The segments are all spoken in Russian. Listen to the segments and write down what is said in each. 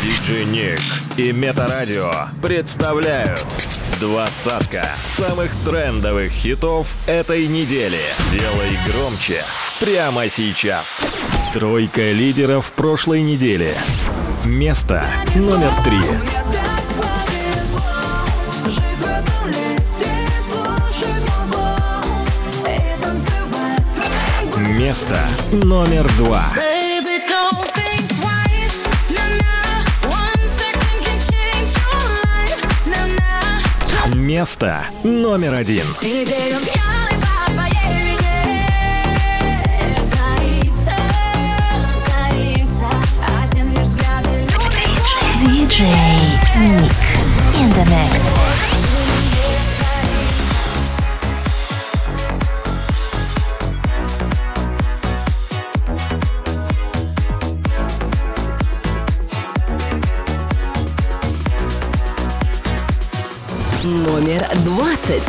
Диджей Ник и Метарадио представляют двадцатка самых трендовых хитов этой недели. Делай громче прямо сейчас. Тройка лидеров прошлой недели. Место номер 3. Место номер 2. Место номер 1. Диджей Ник in the mix. Номер 20.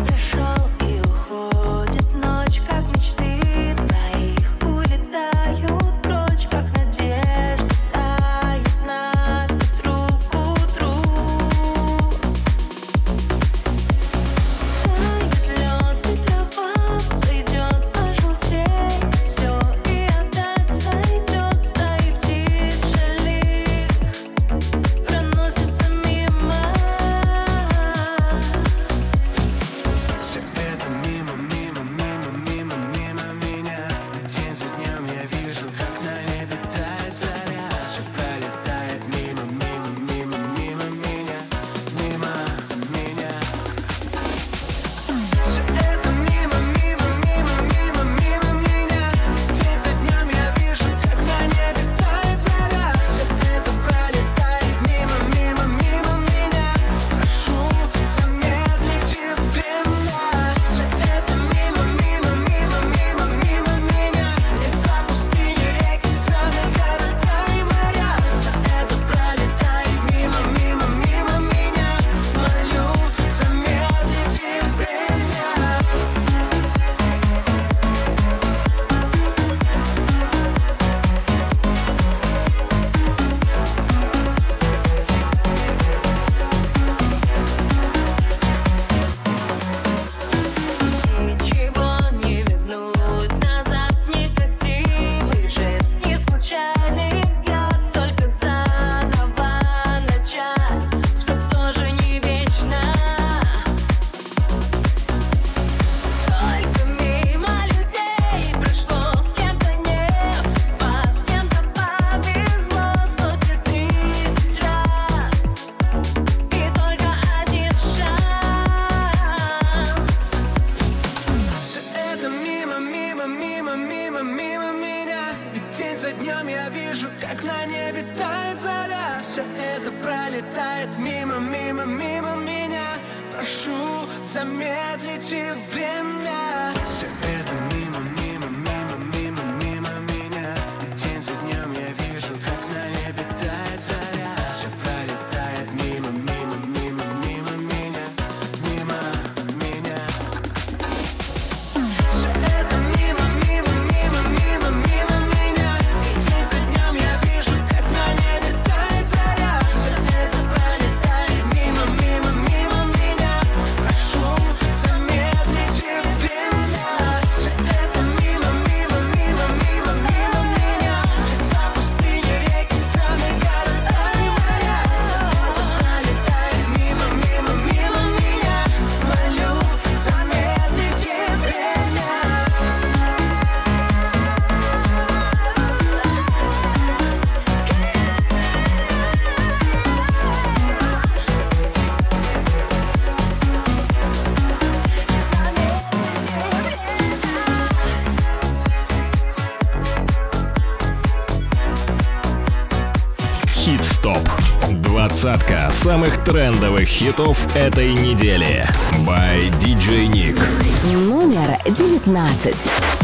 Двадцатка самых трендовых хитов этой недели. By DJ Ник. Номер 19.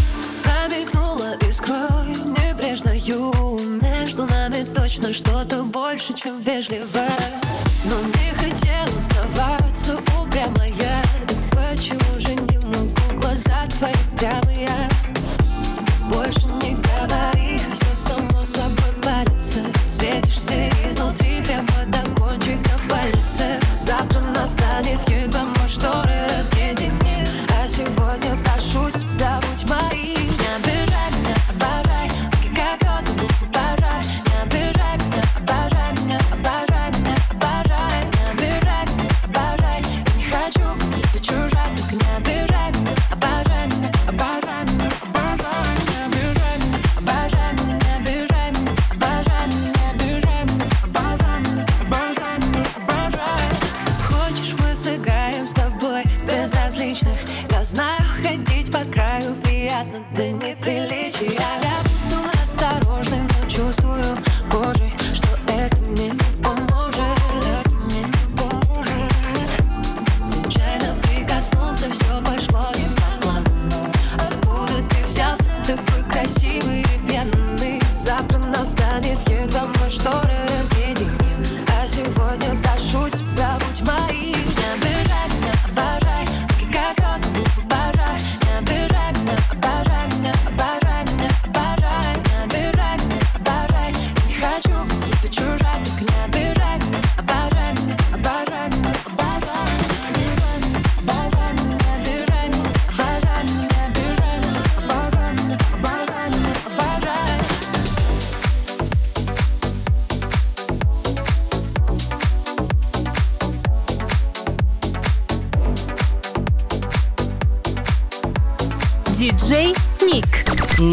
Промелькнула искрой небрежною. Между нами точно что-то больше, чем вежливо. Но не хотела оставаться упрямая. Так почему же не могу? Глаза твои прямые. Больше не говори, все само собой валится. Светишься изнутри.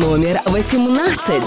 Номер 18.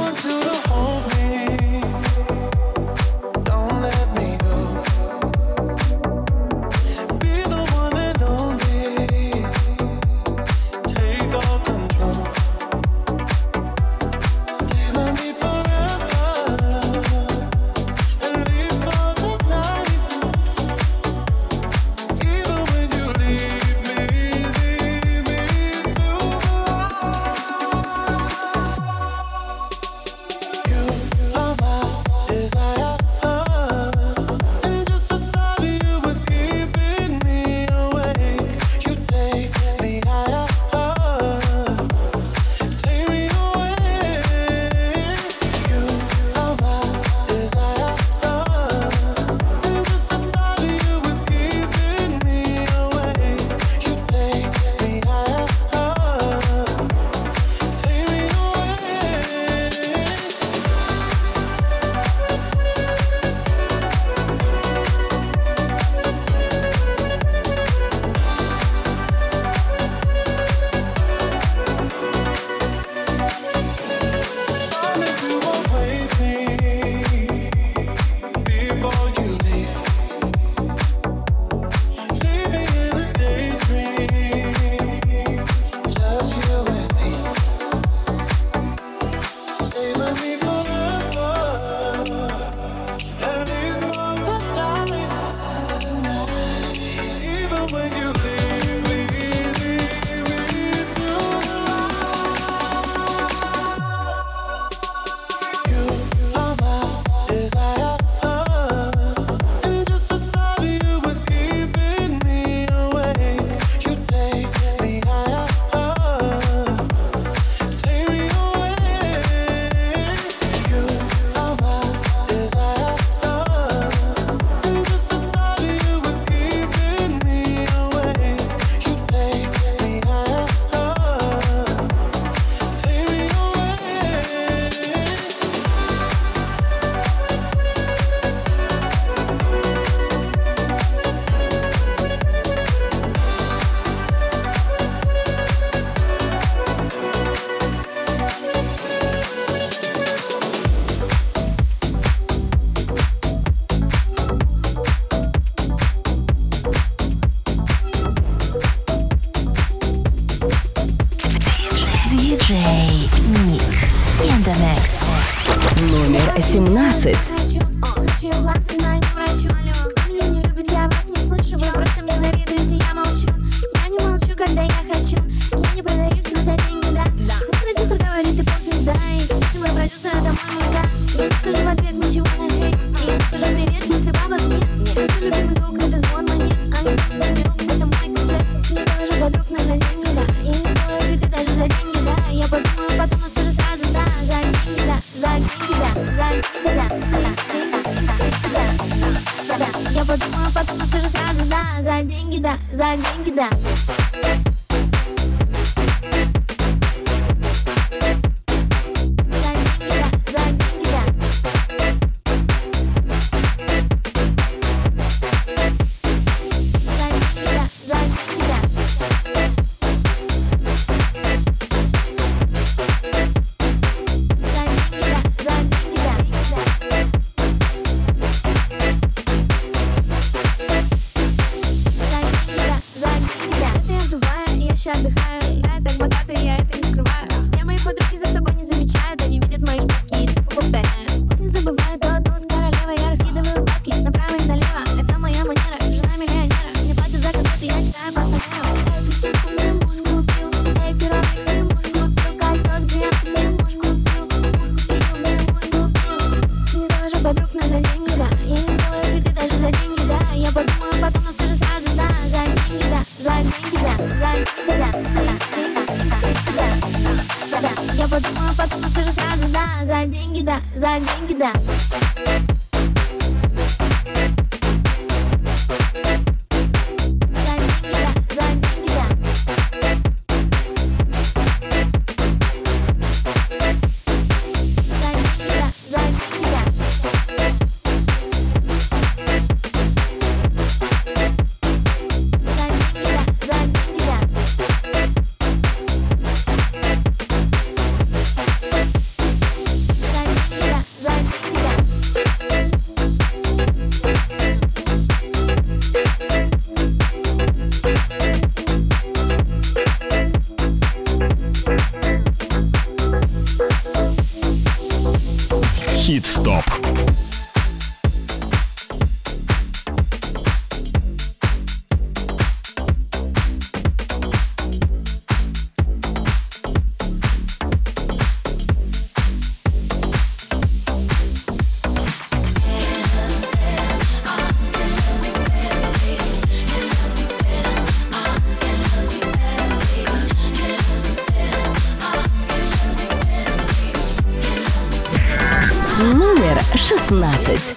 Номер 17. Когда я хочу, я не продаюсь на за деньги, да. Продюсер говорит, ты поп-звезда, и встретила продюсера, это мой мага. Я не скажу в ответ ничего на хейт, я не скажу привет, если бабок нет. Хочу любимый звук, это звон монет, а не только заберу, это мой концерт. Не завожу подруг на за деньги, да. И не делаю виды даже за деньги, да. Я подумаю потом, но скажу сразу, да. За деньги, да, за деньги, да, за деньги, да. Я подумаю потом, но скажу сразу, да. За деньги, да, за деньги, да. Отдыхаю, я так богата, я это не скрываю. Все мои подруги за собой не замечают, они видят мои шпаки и тупо повторяют. Пусть не забывают, то тут королева, я раскидываю бабки направо и налево. Это моя манера, жена миллионера. Мне платят за концерты, я читаю постоянно. Эти сумку мне муж купил, эти роликсы муж купил, кольцо с бриллиантом мне муж купил, мне муж купил. Не завожу подруг на за деньги, да. Я не делаю виды даже за деньги, да. Я подумаю потом, но скажу сразу, да. За деньги, да, за деньги, да, за деньги, да. Я подумаю потом, но скажу сразу, да. За деньги, да, за деньги, да. Номер 16.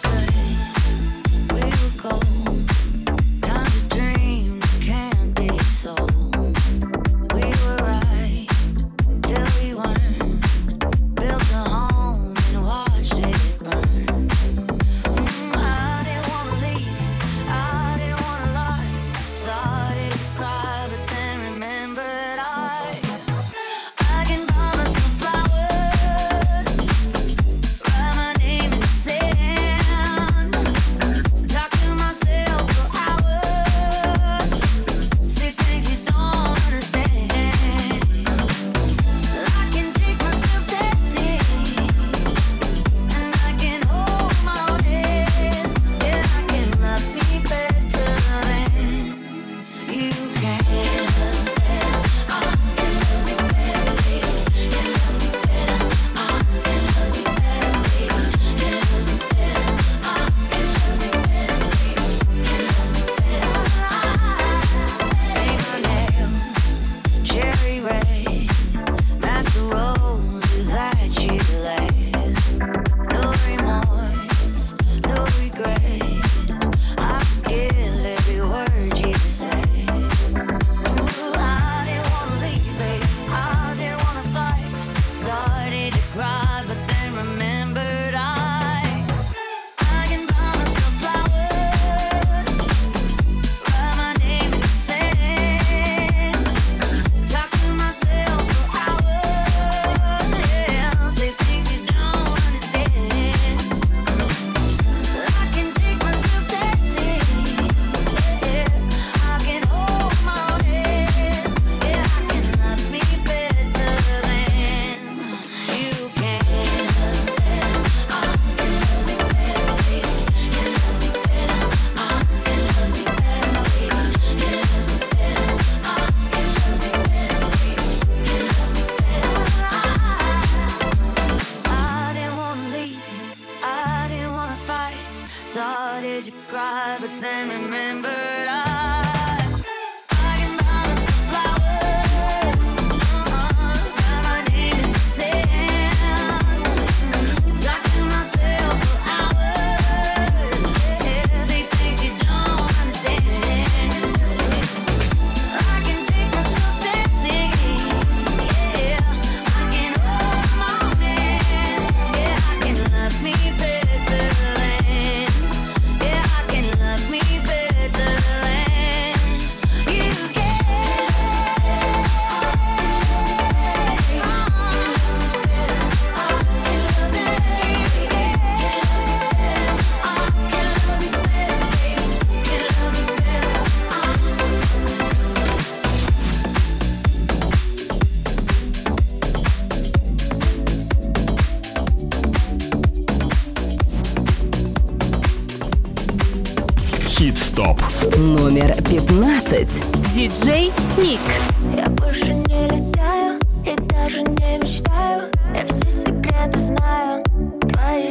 Хит-стоп. Номер 15. Диджей Ник. Я больше не летаю и даже не мечтаю. Я все секреты знаю твои.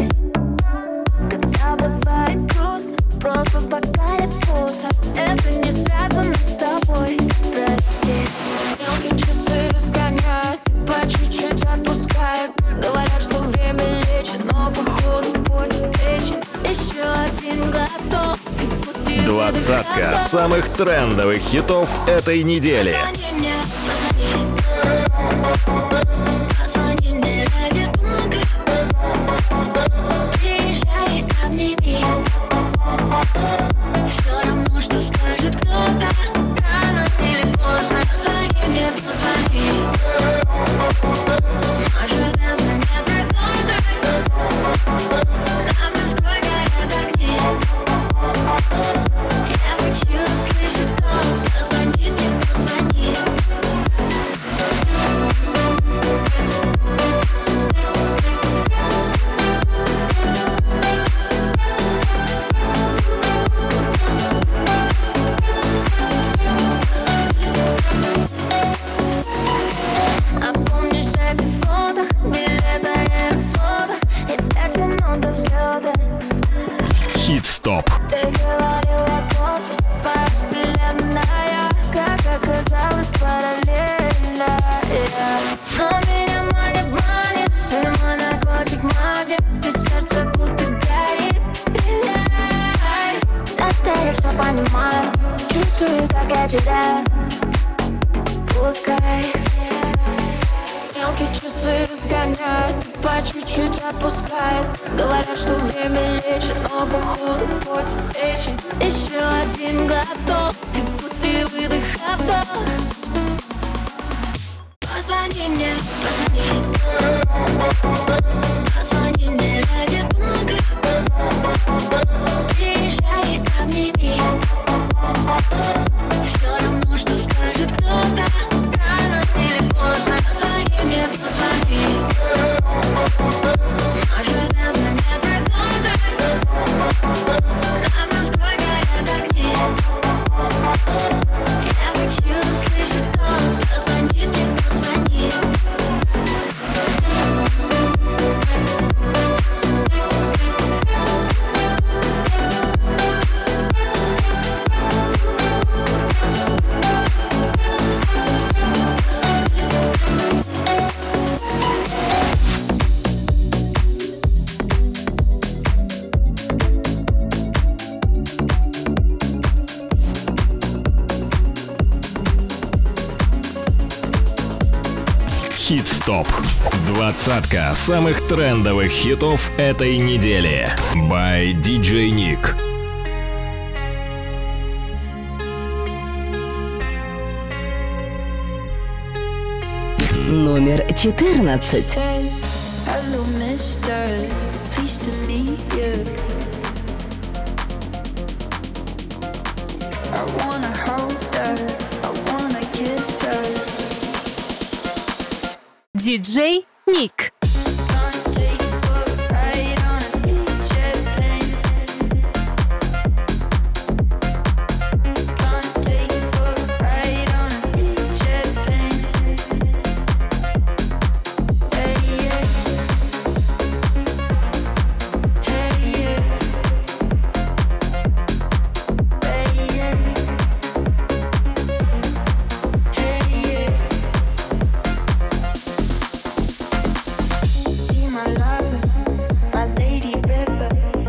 Когда бывает грустно, просто в бокале пусто. Это не связано с тобой, прости. Стрелки часы разгоняют, по чуть-чуть отпускают. Говорят, что время лечит, но походу портит речи. Еще один глоток. Двадцатка самых трендовых хитов этой недели. Позвони мне ради Бога. Приезжай и обними. Все равно, что скажет кто-то. Рано или поздно. Позвони мне, позвони. Может, это не трудность. На Москве горят огни. Я хочу услышать голос. Позвони мне, позвони. Хит-стоп. Ты говорила, космос твоя вселенная, как оказалось параллельно. Но меня манит, ты мой наркотик, магнит, и сердце будто горит. Стреляй, да я все понимаю, чувствую, как я теряю. Пускай стрелки часы разгоняют, по чуть-чуть отпускает. Говорят, что время лечит, но походу путь вечен. Еще один глоток, и после выдоха вдох. Позвони мне, позвони. Позвони мне ради бога. Приезжай, обними. Все равно, что скажет кто-то, рано или поздно. Позвони мне, позвони. Может, это не пригодность. Нам насколько горят огни. Я хочу услышать голос. Позвони мне, позвони. Хит-стоп. 20 самых трендовых хитов этой недели. By DJ Nick. Номер 14. Hello, mister. Pleased to meet you. I wanna hold her. I wanna kiss her. Диджей Ник. Gonna take you for a ride on a big jet plane. Gonna take you for a ride on a big jet plane. Hey, yeah. Hey, yeah. Hey, yeah. Hey, yeah. Be my lover, my lady river.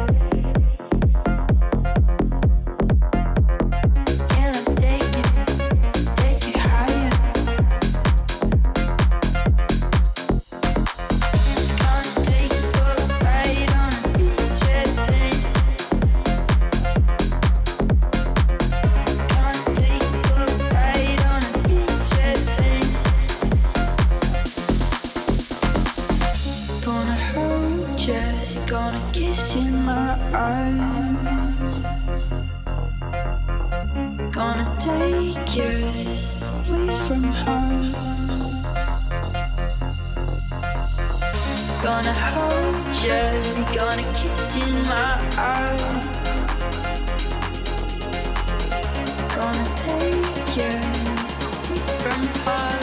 Can I take you higher? Gonna take you for a ride on a big jet plane. Gonna take you for a ride on a big jet plane. Gonna hold ya, gonna kiss you in my eyes. Gonna take you away from her. Gonna hold ya, gonna kiss you in my eyes. Gonna take you away from her.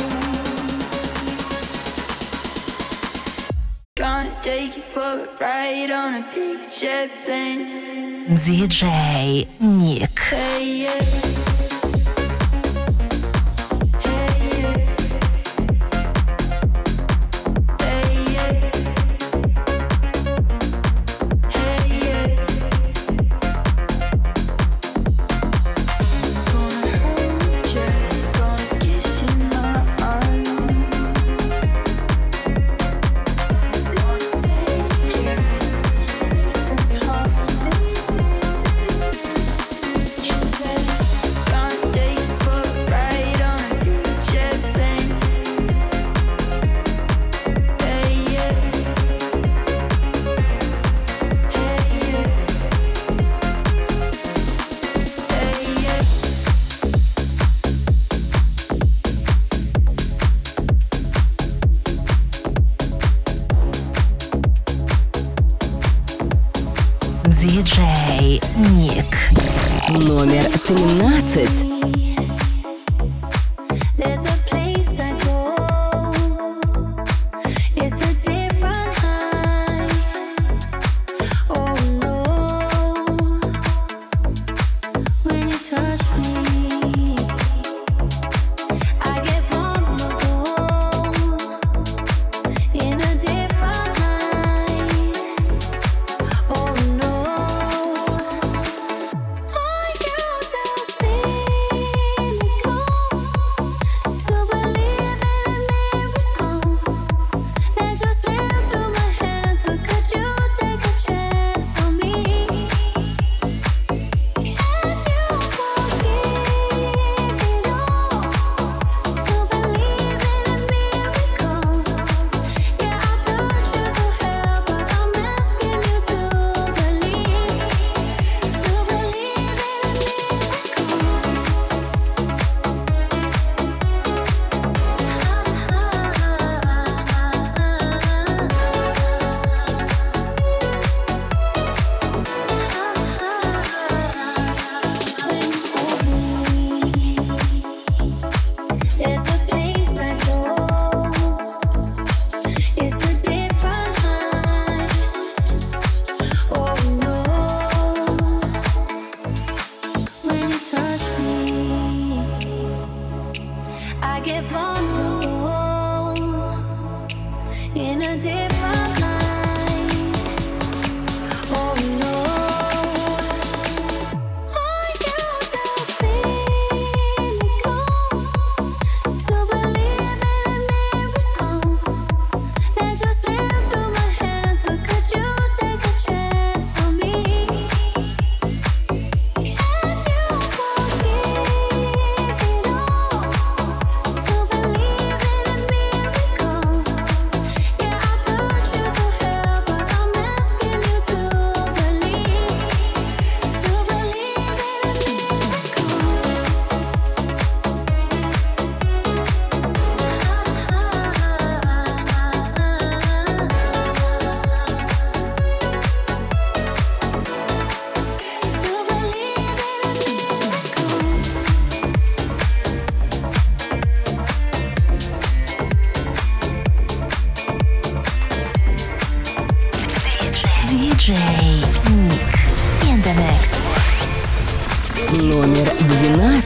Gonna take you for a ride on a big jet plane. Диджей Ник. Hey, yeah. Hey, yeah. Hey, yeah. Hey, yeah. Gonna hold ya, gonna kiss you in my eyes. Gonna take you from her. You said gonna take you for a ride on a big jet plane. Hey, yeah. Hey, yeah. Hey, yeah. Диджей Ник. Номер 13. There's a place I go. It's a different high. Oh no.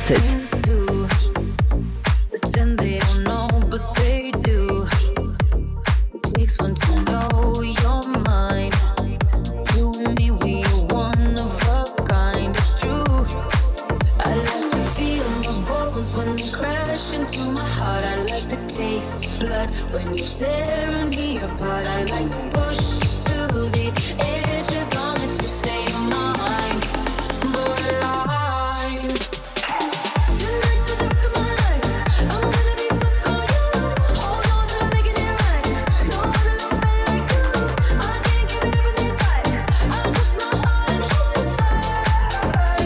11. Pretend they don't know, but they do. It takes one to know your mind. You and me, we are one of a kind. It's true. I like to feel my bubbles when they crash into my heart. I like the taste of blood when you're tearing me apart. I like to push to the edge as long as you say you're mine. Borderline. Tonight for the rest of my life, I'm gonna be stuck on you. Hold on till I'm making it right. No other love felt like you. I can't give it up in this fight. I'll cross my heart and hope to die.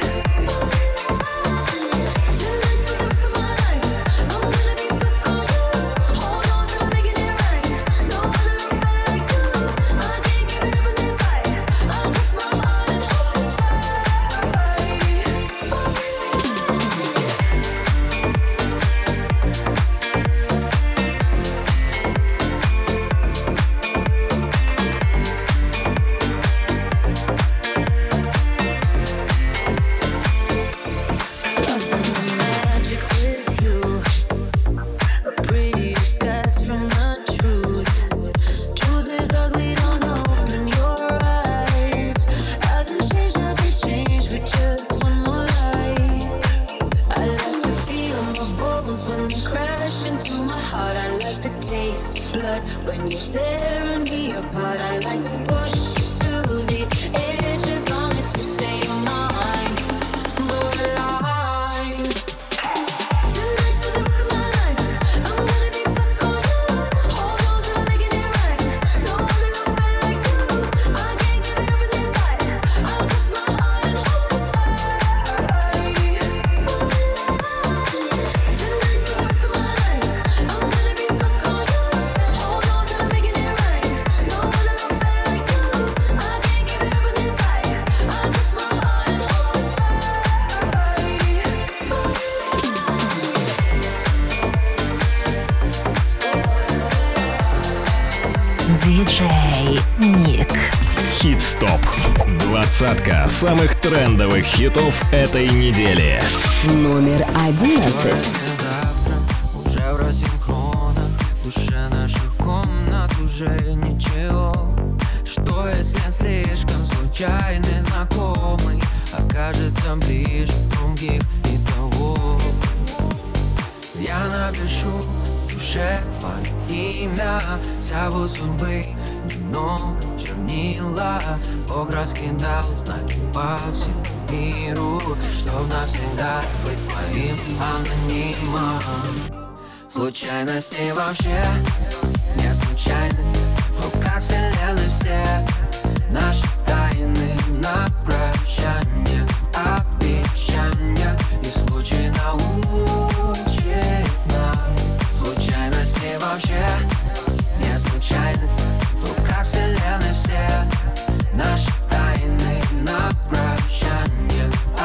Tonight for the rest of my life, I'm gonna be stuck on you. Hold on till I'm making it right. No other love felt like you. I can't give it up in this fight. I'll cross my heart and hope to die. Lost in the magic with you. A pretty disguise from the truth. Truth is ugly, don't open your eyes. I can change with just one more lie. I like to feel my bubbles when they crash into my heart. I like the taste of blood when you're tearing me apart. I like to push to the edge as long as you say you're mine. Borderline. Tonight for the rest of my life, I'm gonna be stuck on you. Hold on till I'm making it right. No other love felt like you. I can't give it up in this fight. I'll cross my heart and hope to die. Tonight for the rest of my life, I'm gonna be stuck on you. Hold on till I'm making it right. No other love felt like you. I can't give it up in this fight. I'll cross my heart and hope to die. Диджей Ник. Хит-стоп. Двадцатка самых трендовых хитов этой недели. Номер 11. Завтра уже в рассинхронах, в душе наших комнат уже ничего. Что если слишком случайный знакомый окажется ближе других и того? Я напишу в душе твое имя, зовут судьбы немного чернила. Бог раскидал знаки по всему миру, чтоб навсегда быть твоим анонимом. Случайности вообще не случайны, в руках вселенной все наши тайны на прощание, обещания и случай научит нас. Случайности вообще не случайны, в руках вселенной все наши тайны на прощание,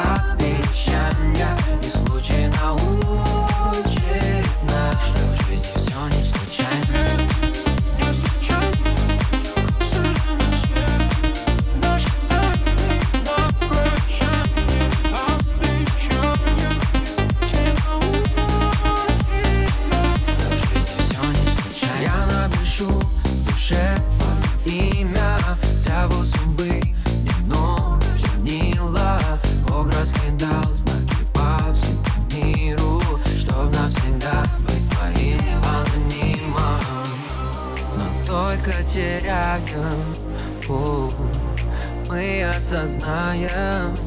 обещания и случай научит нас, что в жизни все не случайно. Не случайно, вселенной все наши тайны на прощание, обещания и случай научит нас, что в жизни все не случайно. Я напишу в душе твое имя, зовут судьбы немного чернила. Бог раскидал знаки по всему миру, чтоб навсегда быть твоим анонимом. Но только теряем путь, мы осознаем,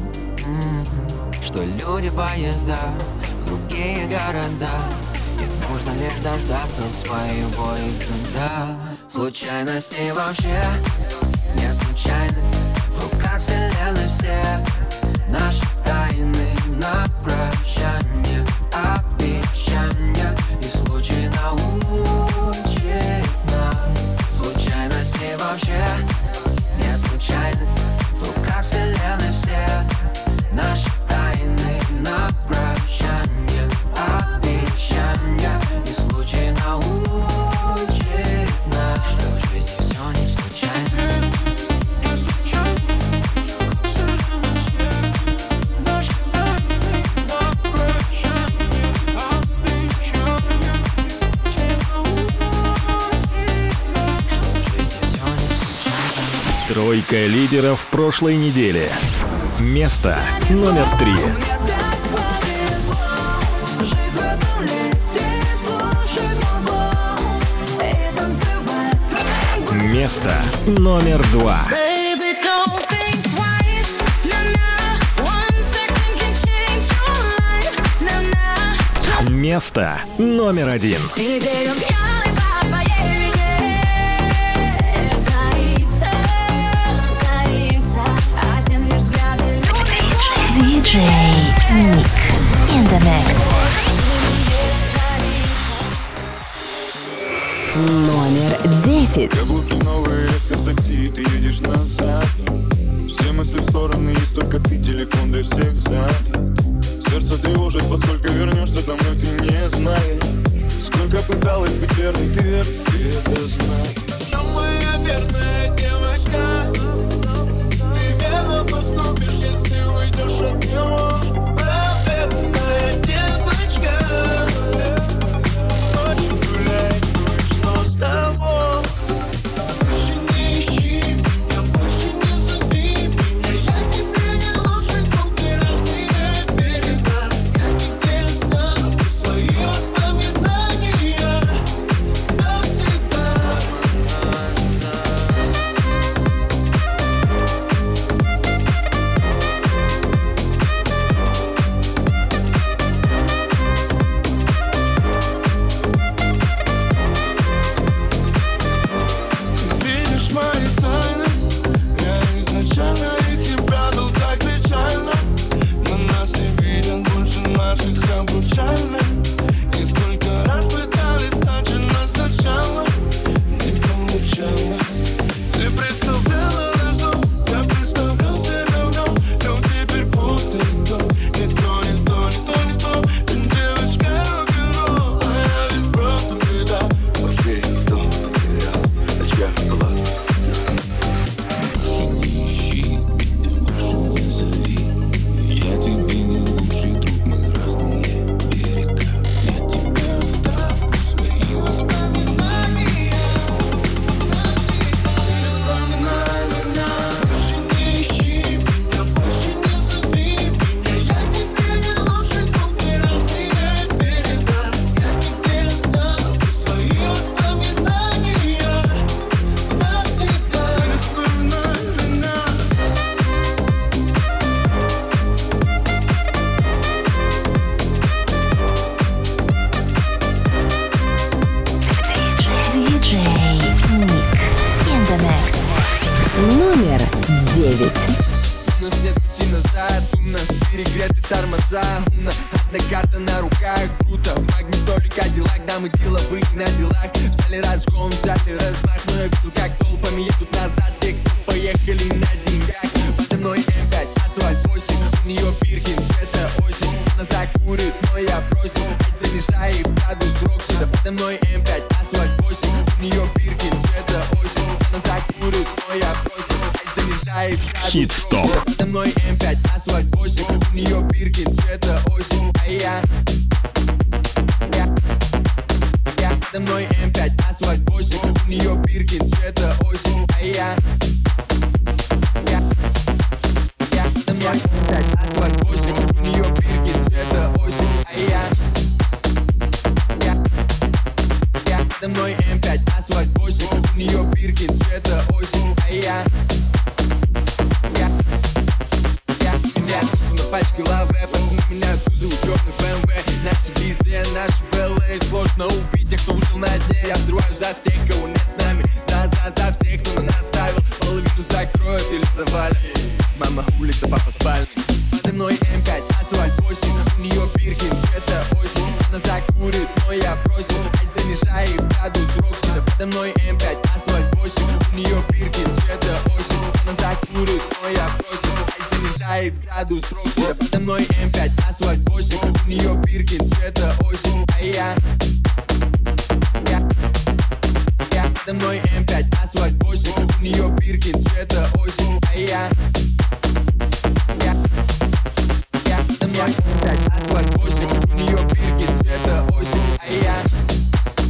что люди поезда в другие города. И нужно лишь дождаться своего иногда. Случайности вообще не случайны, в руках вселенной все наши тайны на прощание, обещания и случай научит нас. Случайности вообще не случайны, в руках вселенной все наши тайны на прощание, обещания и случай научит нас, что в жизни все не случайно. Не случайно. Десятка лидеров прошлой недели. Место номер 3. Место номер 2. Место номер 1. DJ Nick in the mix. Номер 10. Я будто новый резко в такси, и ты едешь назад. Все мысли в стороны, есть только ты, телефон для всех занят. Сердце тревожит, поскольку вернешься домой, ты не знаешь. Сколько пыталась быть верной, ты верна, ты это знаешь. Самая верная девочка, ты верно поступишь, если уйдешь от него. Правильная девочка, ночью гулять, ну и что с того? Больше не ищи меня, больше не зови меня. Я тебе не лучший друг, ты разные берега. Я тебе оставлю свои воспоминания навсегда. Видишь мои тайны, я изначально их не прятал так печально. Но нас не виден больше наших обручальных. И сколько раз пытались начинать сначала, не получалось. Ты представляла наш дом, я представлял себя в нем. Но теперь пусто и то, не то, не то, не то, не то. Ты девочка рок-н-ролл, а я ведь просто беда. Окей, кто потерял очки в глаз. Больше не ищи меня, больше не зови. Я тебе не лучший друг, мы разные берега. Я тебе оставлю свои воспоминания навсегда. Воспоминания. Больше не ищи меня, больше не зови меня. Я тебе не лучший друг, мы разные берега. Я тебе оставлю свои воспоминания навсегда. Воспоминания. DJ Nick in the mix. Номер 9. У нас нет пути назад, у нас перегреты тормоза. У нас одна карта на руках, круто. В магнитоле Кадиллак, да мы деловые на делах. Взяли разгон, взяли размах. Но я видел, как толпами едут назад. Те, кто поехали на деньгах. Подо мной М5, асфальт 8. У нее Биркин, цвета осень. Она закурит, но я бросил. Ай, занижает градус Роксида. Подо мной М5, асфальт 8. У нее Биркин, цвета осень. Она закурит, но я бросил. Ай, занижает градус Хит-стоп. Роксида. Подо мной М5, асфальт 8. У нее Биркин, цвета осень. А я подо мной М5, асфальт 8. У нее Биркин, цвета осень. А я подо мной М5, асфальт 8. У нее Биркин, цвета осень. А я подо мной М5, асфальт 8. У нее Биркин, цвета осень. А я на пачке лаве, пацаны меняют кузов, черный БМВ. Наши везде, наши ВЛА. Сложно убить тех, кто выжил на дне. Я взрываю за всех, кого нет с нами. За всех, кто на нас ставил. Половину закроют или завалят. Мама улица, папа спальня. Подо мной М5, асфальт 8. У нее Биркин, цвета осень. Она закурит, но я бросил. Ай, занижает градус Роксида. Подо мной М5, асфальт 8. У нее Биркин, цвета осень. Она закурит, но я бросил. Ай, занижает градус Роксида. Подо мной М5, асфальт 8. У нее Биркин, цвета осень. А я подо мной М5, асфальт 8. У нее Биркин, цвета осень. А я подо мной М5, асфальт 8. У нее Биркин, цвета осень. А я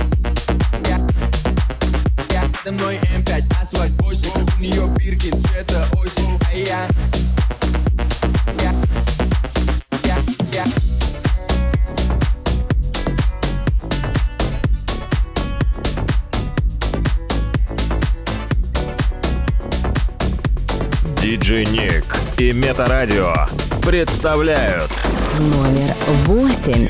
подо мной М5, асфальт 8. У нее Биркин, цвета Диджей Ник и Метарадио представляют Номер 8.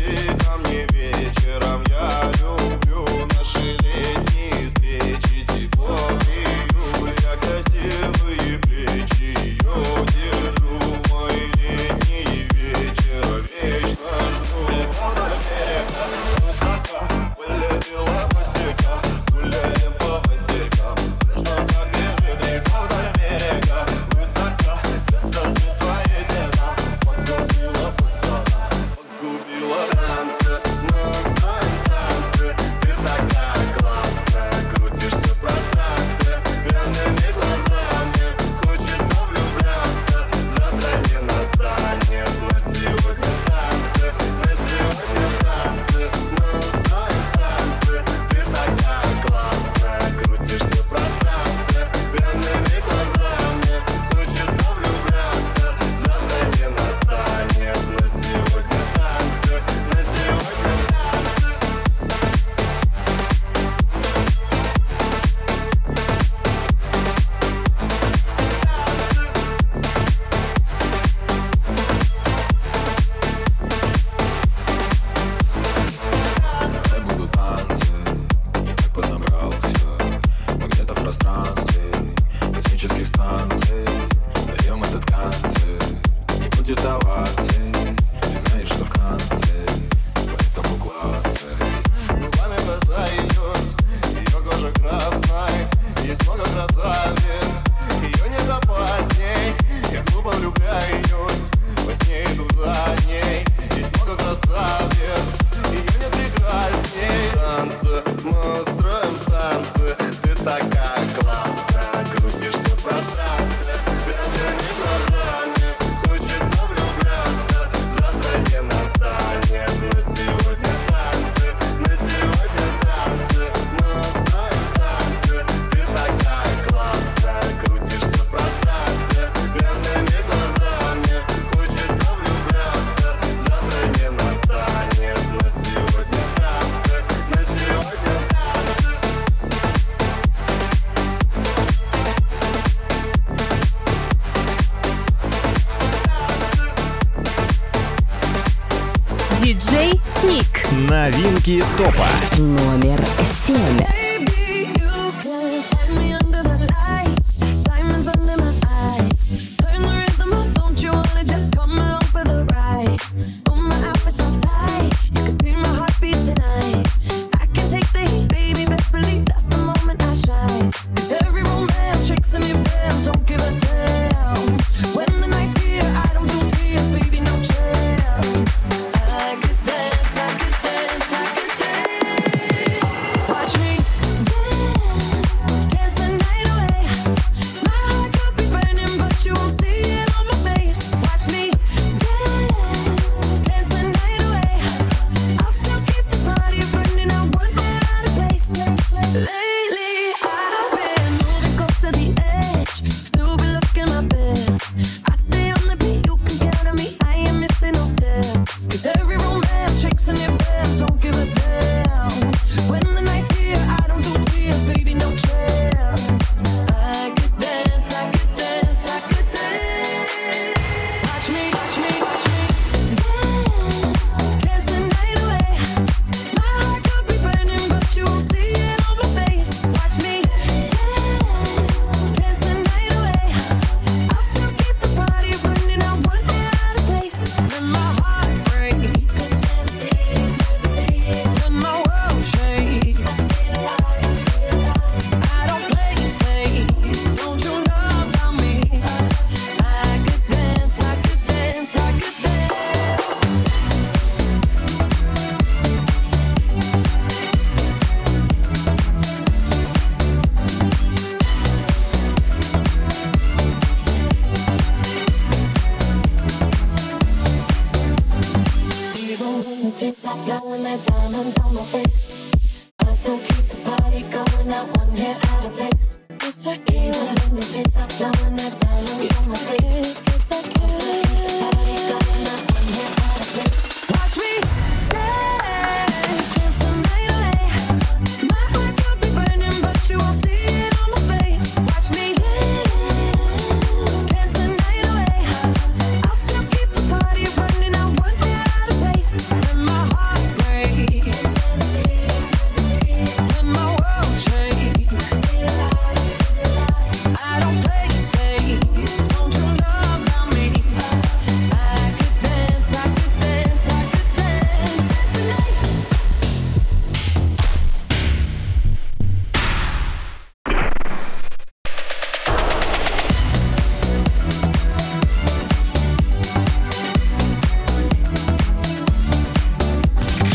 Диджей Ник. новинки топа. Номер 7.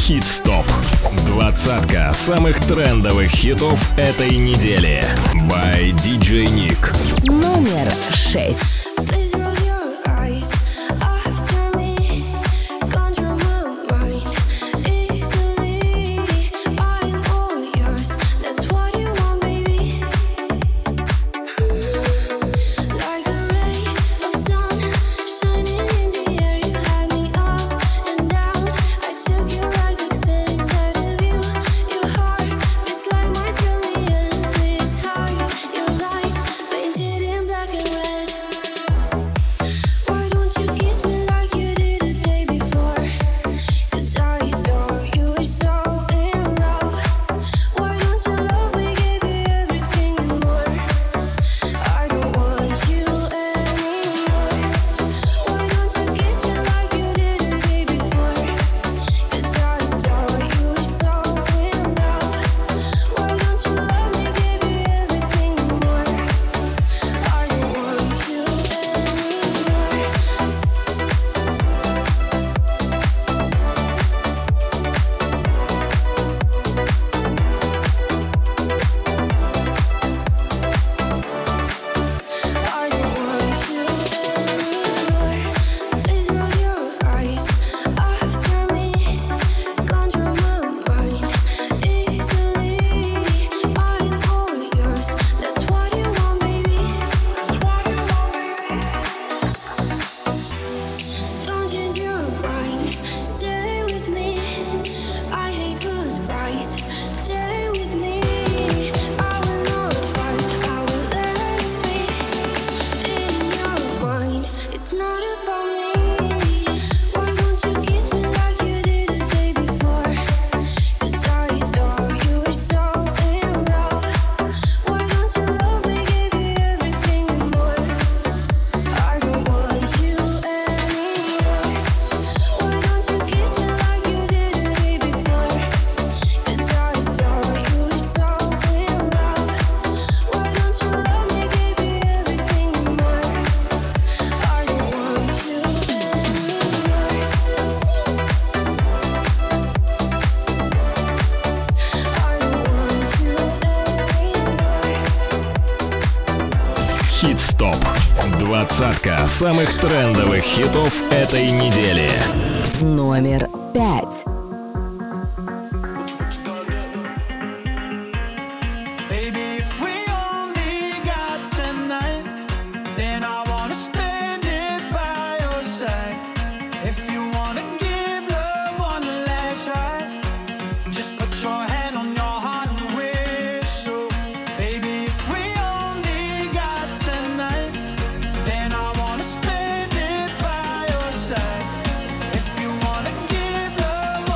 Хит-стоп. Двадцатка самых трендовых хитов этой недели. By DJ Nick. Номер 6. Please roll your eyes after me. Control my mind easily. I'm all yours. That's what you want, baby. Like a ray of sun shining in the air, you had me up and down. I took you like oxygen inside of you. Your heart beats like my trillion. Please hide your lies painted in black and red. Why don't you kiss me like you did the day before? 'Cause I thought you were so in love. Why don't you love me, give you everything and more? I don't want you anymore. Why don't you kiss me like you did the day before? 'Cause I thought you were so in love. Why don't you love me, give you everything and more? I don't want you anymore. I don't want you anymore. Please roll your eyes after me. Control my mind easily. I'm all yours. That's what you want, baby. Don't change your mind. Stay with me. I hate goodbyes. Stay with me. I will not fight. I will let it be. In your mind, it's not about me. Why don't you kiss me like you did the day before? 'Cause I thought you were so in love. Why don't you love me, give you everything and more? I don't want you anymore. Why don't you kiss me like you did the day before? 'Cause I thought you were so in love. Why don't you love me, give you everything and more? I don't want you anymore. I don't want you anymore. Хит-стоп. Двадцатка самых трендовых хитов этой недели. Номер 5. Baby, if we only got tonight, then I wanna spend it by your side. If you wanna give love one last try, just put your hand on your heart and whistle. Baby, if we only got tonight, then I wanna spend it by your side. If you wanna give love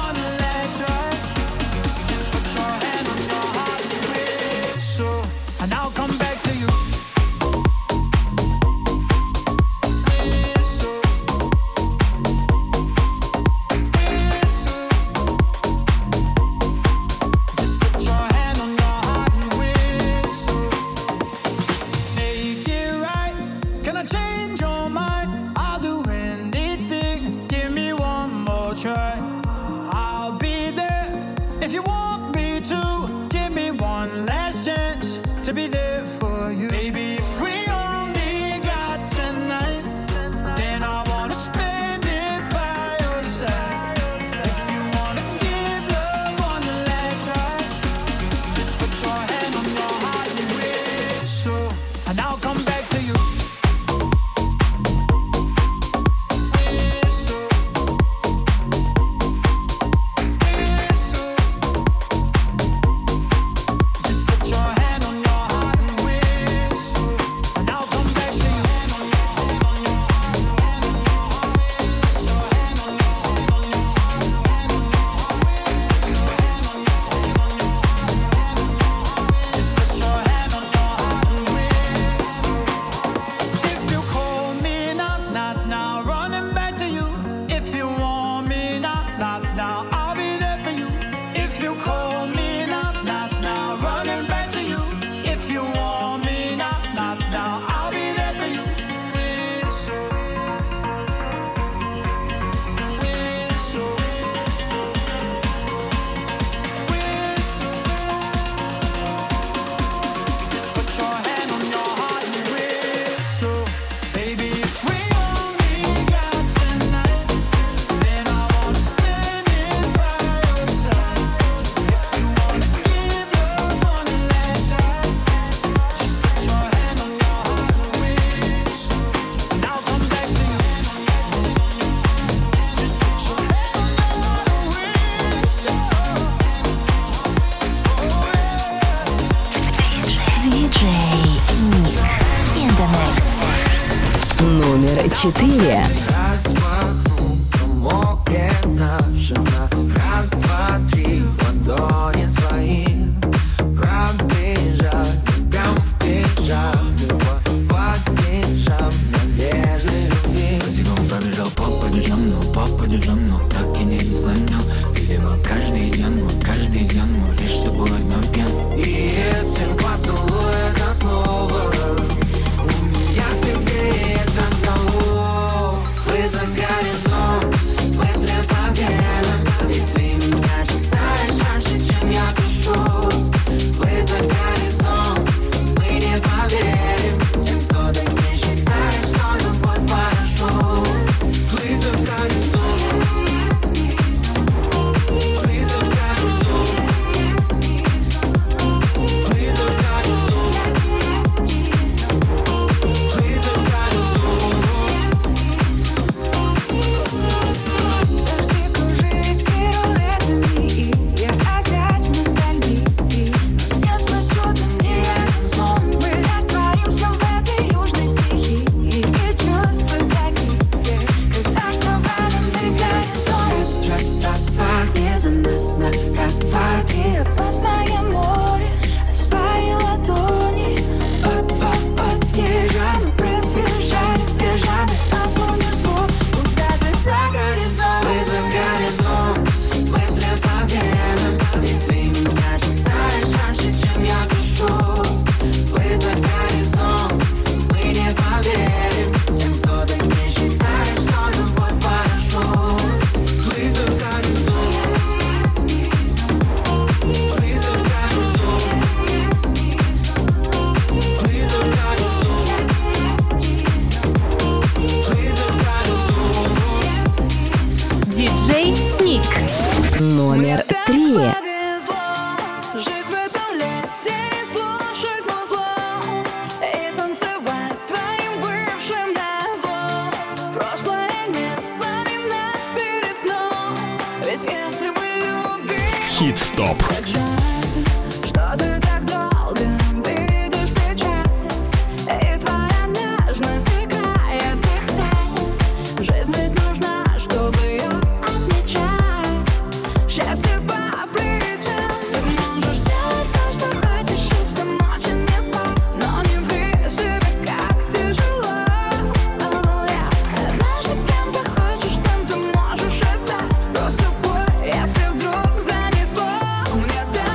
Номер 4. Море наше на раз, два, три, ладони свои пробежали, прям в пижаме, под пижам, надежды любви. Босиком пробежал по падежам, но так и не сломил. Видимо, каждый изъян мой, лишь чтобы возьмет ген. И если поцелуй это слово, у меня к тебе есть разговор. Плыть за горизонт, быстро по венам, и ты меня читаешь раньше, чем я пишу. Плыть за горизонт, мы не поверим тем, кто так не считает, что любовь хорошо. Плыть за горизонт, плыть за горизонт, плыть за горизонт, плыть за горизонт. Дожди кружит пируэтами, и я опять в ностальгии. Нас не спасет ни один сон. Мы растворимся в этой южной стихии. И чувства такие, когда ж заваленный горизонт. Стресс, асфальт, незаносно, раз, два, три. Опасное море, свои ладони. Под падежами пробежали в пижаме. Нас унесло куда-то за горизонт. Плыть за горизонт, быстро по венам, и ты меня читаешь раньше, чем я пишу. Плыть за горизонт, мы не поверим тем, кто так не считает, что любовь хорошо. Плыть за горизонт, плыть за горизонт, плыть за горизонт, плыть за горизонт. Диджей Ник. Номер 3. Повезло жить в этом лете и слушать музло, и танцевать твоим бывшим назло. Прошлое не вспоминать перед сном, ведь если мы любим, Хит-стоп. так жаль, что ты так долго видишь печаль, и твоя нежность стекает как сталь. Жизнь ведь нужна, чтобы ее отмечать. Счастье по плечам. Ты можешь делать то, что хочешь, и всю ночь не спать, но не ври себе, как тяжело. Однажды кем захочешь, тем ты можешь и стать. Просто бой, если вдруг занесло. Мне так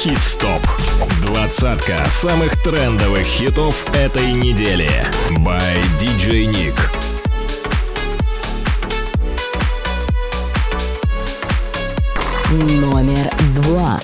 Хит-стоп. Двадцатка самых трендовых хитов этой недели. By DJ Nick. Номер 2.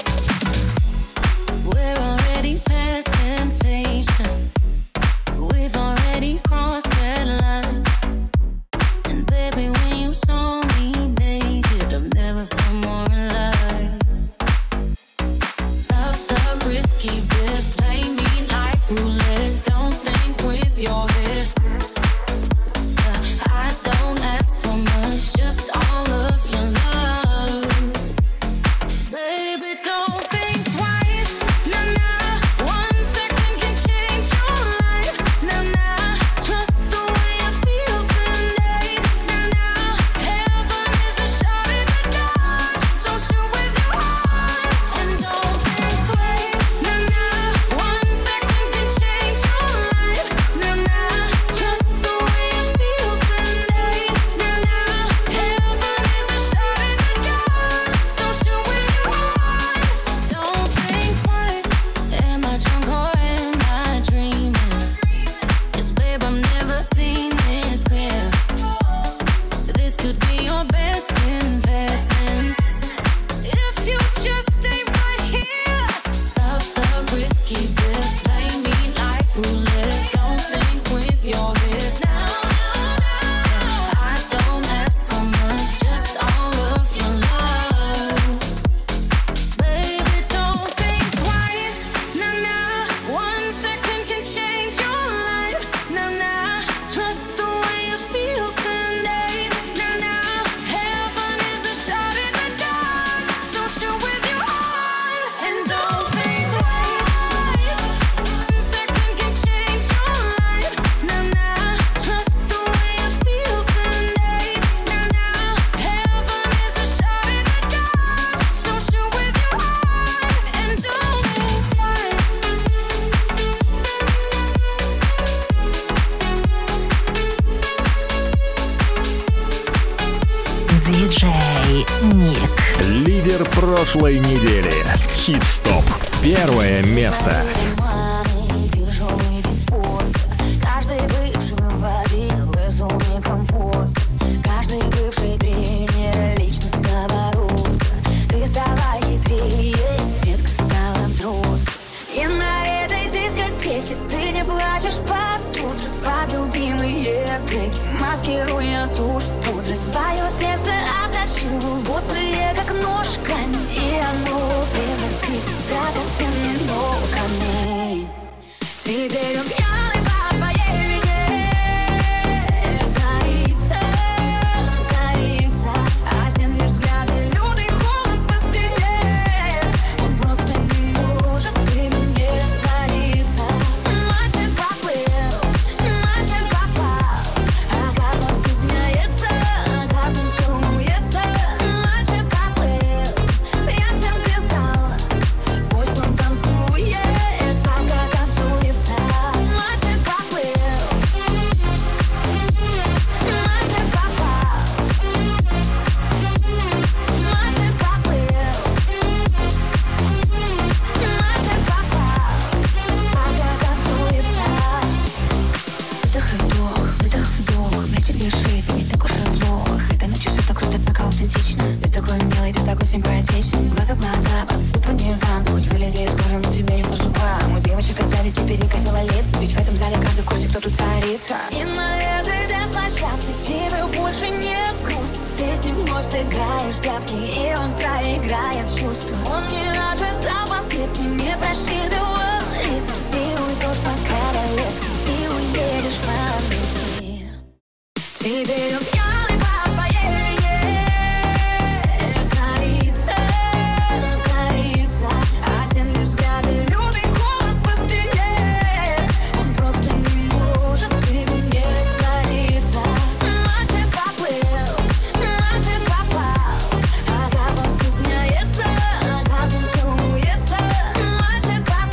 Диджей Ник. Лидер прошлой недели. Хит-стоп. Первое место. Тяжелый вид спорта. Каждый бывший выводил из зоны комфорта. Каждый бывший тренер личностного роста. Ты стала хитрее, детка стала взрослой. И на этой дискотеке ты не плачешь под утро, под любимые треки, маскируя тушь пудры. Свое сердце обточил в острые, как нож, камень, и оно превратилось в драгоценный много камней. Теперь он пьяный по твоей вине царица, царица, а земли взгляды лютый холод по спине. Он просто не может тебе не раствориться. Мальчик поплыл, мальчик попал, а как он стесняется, как он целуется. Мальчик поплыл, прям всем писал, пусть он танцует, пока танцуется. Мальчик поплыл, мальчик попал, мальчик поплыл, мальчик попал, пока танцуется. Выдох, вдох, мячик бежит, не так уж и плохо. Этой ночью все так круто, так аутентично. Ты такой милый, ты такой симпатичный. Глаза в глаза, посыпу не замку. Хоть вылези из кожи, но тебе не по зубам. У девочек от зависти перекосило лица, ведь в этом зале каждый курсик, кто тут царица. И на этой дэнс-площадке тебе больше не грустно. Ты с ним вновь сыграешь в прятки, и он проиграет чувства. Он не ожидал последствий, не просчитывал риски. Ты уйдешь по-королевски, ты уедешь по-английски. Теперь он пьяный по твоей вине царица, царица, а земли взгляды лютый холод по спине. Он просто не может тебе не раствориться. Мальчик поплыл, мальчик попал, а как он стесняется, как он целуется. Мальчик поплыл,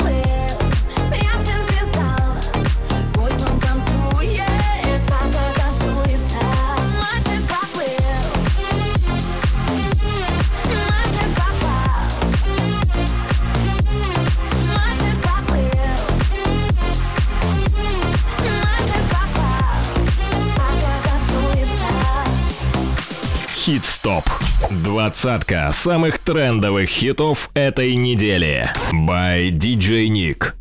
Хит-стоп. 20 самых трендовых хитов этой недели. By DJ Nick.